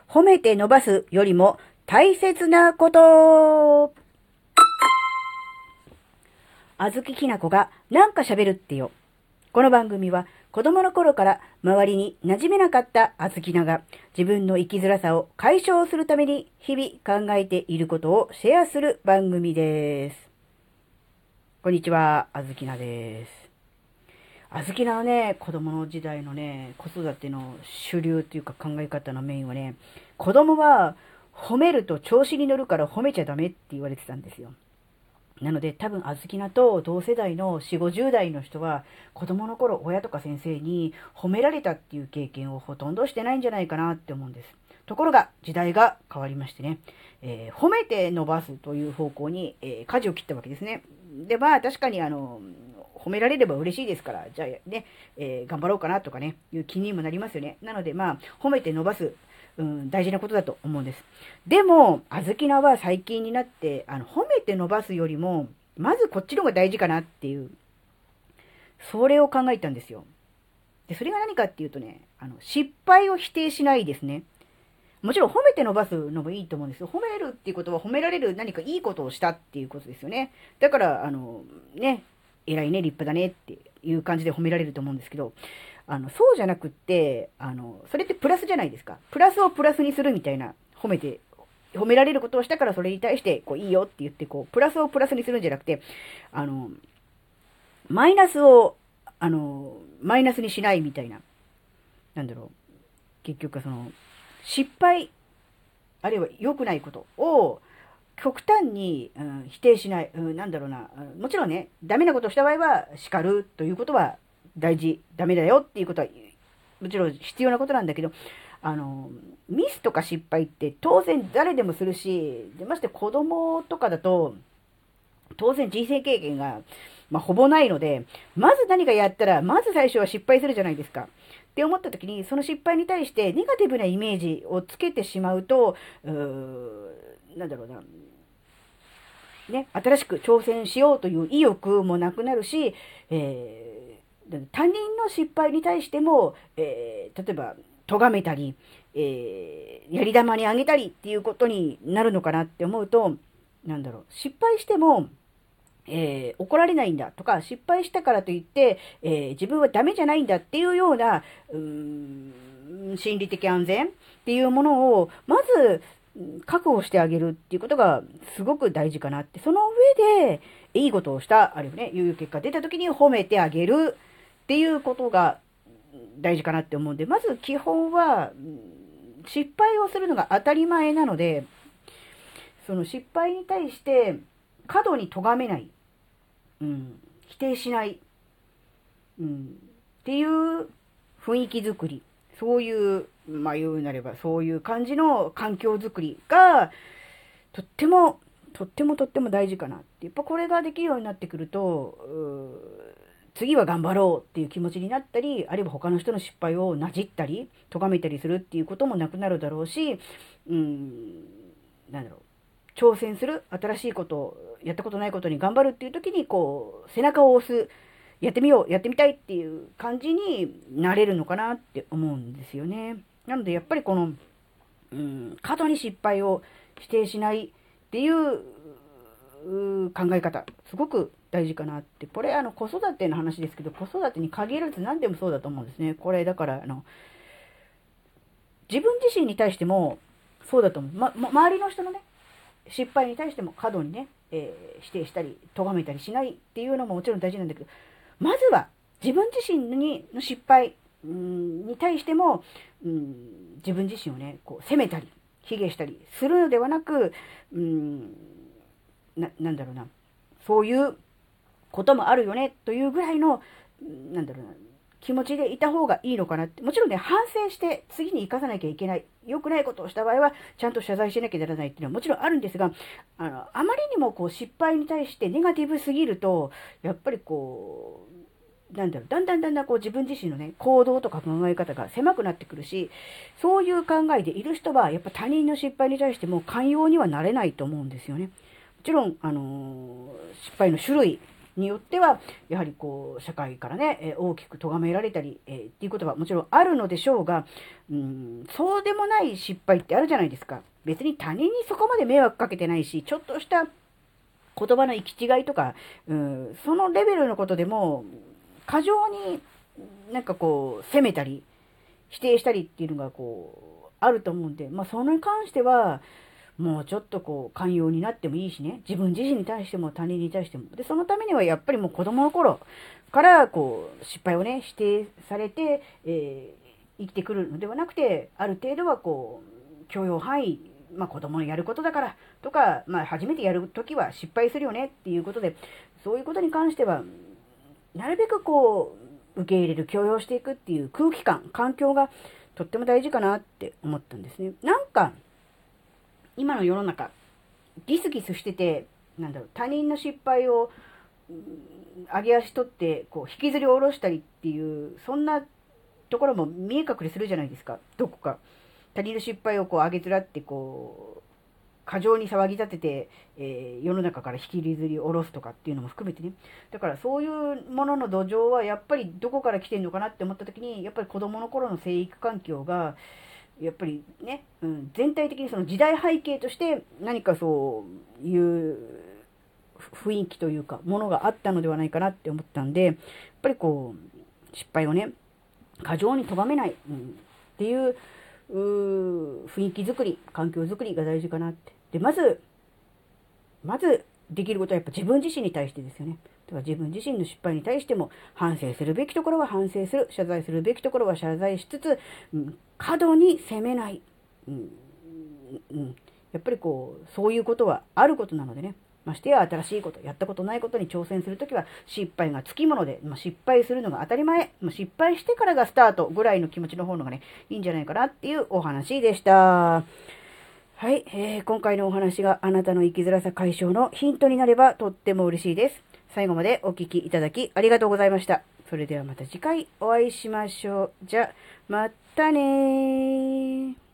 褒めて伸ばすよりも大切なこと。あずききなこがなんか喋るってよ。この番組は子供の頃から周りに馴染めなかったあずきなが自分の生きづらさを解消するために日々考えていることをシェアする番組です。こんにちは、あずきなです。あずきなはね、子供の時代のね、子育ての主流っていうか考え方のメインはね、子供は褒めると調子に乗るから褒めちゃダメって言われてたんですよ。なので多分あずきなと同世代の4、50代の人は子供の頃親とか先生に褒められたっていう経験をほとんどしてないんじゃないかなって思うんです。ところが時代が変わりましてね、褒めて伸ばすという方向に、舵を切ったわけですね。で、まあ確かに褒められれば嬉しいですから、じゃあね、頑張ろうかなとかね、いう気にもなりますよね。なのでまあ褒めて伸ばす。大事なことだと思うんです。でも、あずきなは最近になって、褒めて伸ばすよりも、まずこっちの方が大事かなっていう、それを考えたんですよ。で、それが何かっていうとね、失敗を否定しないですね。もちろん褒めて伸ばすのもいいと思うんですよ。褒めるっていうことは褒められる何かいいことをしたっていうことですよね。だから、ね、偉いね、立派だねっていう感じで褒められると思うんですけど、そうじゃなくって、それってプラスじゃないですか。プラスをプラスにするみたいな、褒められることをしたからそれに対して、こう、いいよって言って、こう、プラスをプラスにするんじゃなくて、マイナスを、マイナスにしないみたいな。なんだろう。結局、失敗、あるいは良くないことを、極端に、否定しない、なんだろうな、もちろんね、ダメなことをした場合は叱るということは大事、ダメだよっていうことは、もちろん必要なことなんだけど、ミスとか失敗って当然誰でもするし、でまして子供とかだと、当然人生経験が、ほぼないので、まず何かやったら、まず最初は失敗するじゃないですか。って思った時に、その失敗に対してネガティブなイメージをつけてしまうと、なんだろうな、ね、新しく挑戦しようという意欲もなくなるし、他人の失敗に対しても、例えば、咎めたり、やり玉にあげたりっていうことになるのかなって思うと、なんだろう、失敗しても、怒られないんだとか、失敗したからといって、自分はダメじゃないんだっていうような、心理的安全っていうものを、まず、確保してあげるっていうことがすごく大事かなって。その上で、いいことをした、あるいはね、いう結果出た時に褒めてあげるっていうことが大事かなって思うんで、まず基本は、失敗をするのが当たり前なので、その失敗に対して過度に咎めない。否定しない。っていう雰囲気づくり。そういう、言うなれば、そういう感じの環境づくりが、とっても大事かなって。やっぱこれができるようになってくると、次は頑張ろうっていう気持ちになったり、あるいは他の人の失敗をなじったり、咎めたりするっていうこともなくなるだろうし、なんだろう。挑戦する、新しいことを、やったことないことに頑張るっていう時に、こう、背中を押す、やってみよう、やってみたいっていう感じになれるのかなって思うんですよね。なので、やっぱりこの、過度に失敗を否定しないっていう考え方、すごく大事かなって。これ、子育ての話ですけど、子育てに限らず何でもそうだと思うんですね。これ、だから、自分自身に対しても、そうだと思う。周りの人のね、失敗に対しても過度にね、否定したり、咎めたりしないっていうのももちろん大事なんだけど、まずは自分自身の失敗に対しても、自分自身をね、こう責めたり、卑下したりするのではなく、なんだろうな、そういうこともあるよねというぐらいの、なんだろうな、気持ちでいた方がいいのかなって。もちろんね、反省して次に生かさなきゃいけない。良くないことをした場合は、ちゃんと謝罪しなきゃならないっていうのはもちろんあるんですが、あまりにもこう失敗に対してネガティブすぎると、やっぱりこう、だんだんこう自分自身のね、行動とか考え方が狭くなってくるし、そういう考えでいる人は、やっぱ他人の失敗に対しても寛容にはなれないと思うんですよね。もちろん、失敗の種類によっては、やはりこう、社会からね、大きく咎められたり、っていうことはもちろんあるのでしょうが、そうでもない失敗ってあるじゃないですか。別に他人にそこまで迷惑かけてないし、ちょっとした言葉の行き違いとか、そのレベルのことでも、過剰になんかこう、責めたり、否定したりっていうのがこう、あると思うんで、それに関しては、もうちょっとこう、寛容になってもいいしね、自分自身に対しても他人に対しても。で、そのためにはやっぱりもう子供の頃からこう、失敗をね、否定されて、生きてくるのではなくて、ある程度はこう、許容範囲、子供のやることだからとか、初めてやるときは失敗するよねっていうことで、そういうことに関しては、なるべくこう、受け入れる、許容していくっていう空気感、環境がとっても大事かなって思ったんですね。なんか、今の世の中、ギスギスしてて、他人の失敗を、上げ足取って、こう、引きずり下ろしたりっていう、そんなところも見え隠れするじゃないですか。どこか。他人の失敗をこう、上げずらって、こう、過剰に騒ぎ立てて、世の中から引きずり下ろすとかっていうのも含めてね。だからそういうものの土壌はやっぱりどこから来てんのかなって思った時に、やっぱり子供の頃の生育環境が、やっぱりね、全体的にその時代背景として何かそういう雰囲気というか、ものがあったのではないかなって思ったんで、やっぱりこう、失敗をね、過剰に咎めない、っていう雰囲気作り、環境作りが大事かなって。で、まずできることはやっぱ自分自身に対してですよね。だから自分自身の失敗に対しても反省するべきところは反省する、謝罪するべきところは謝罪しつつ、過度に責めない。やっぱりこう、そういうことはあることなのでね。ましてや新しいこと、やったことないことに挑戦するときは失敗がつきもので、失敗するのが当たり前、失敗してからがスタートぐらいの気持ちの方のがね、いいんじゃないかなっていうお話でした。はい、今回のお話があなたの生きづらさ解消のヒントになればとっても嬉しいです。最後までお聞きいただきありがとうございました。それではまた次回お会いしましょう。じゃ、またねー。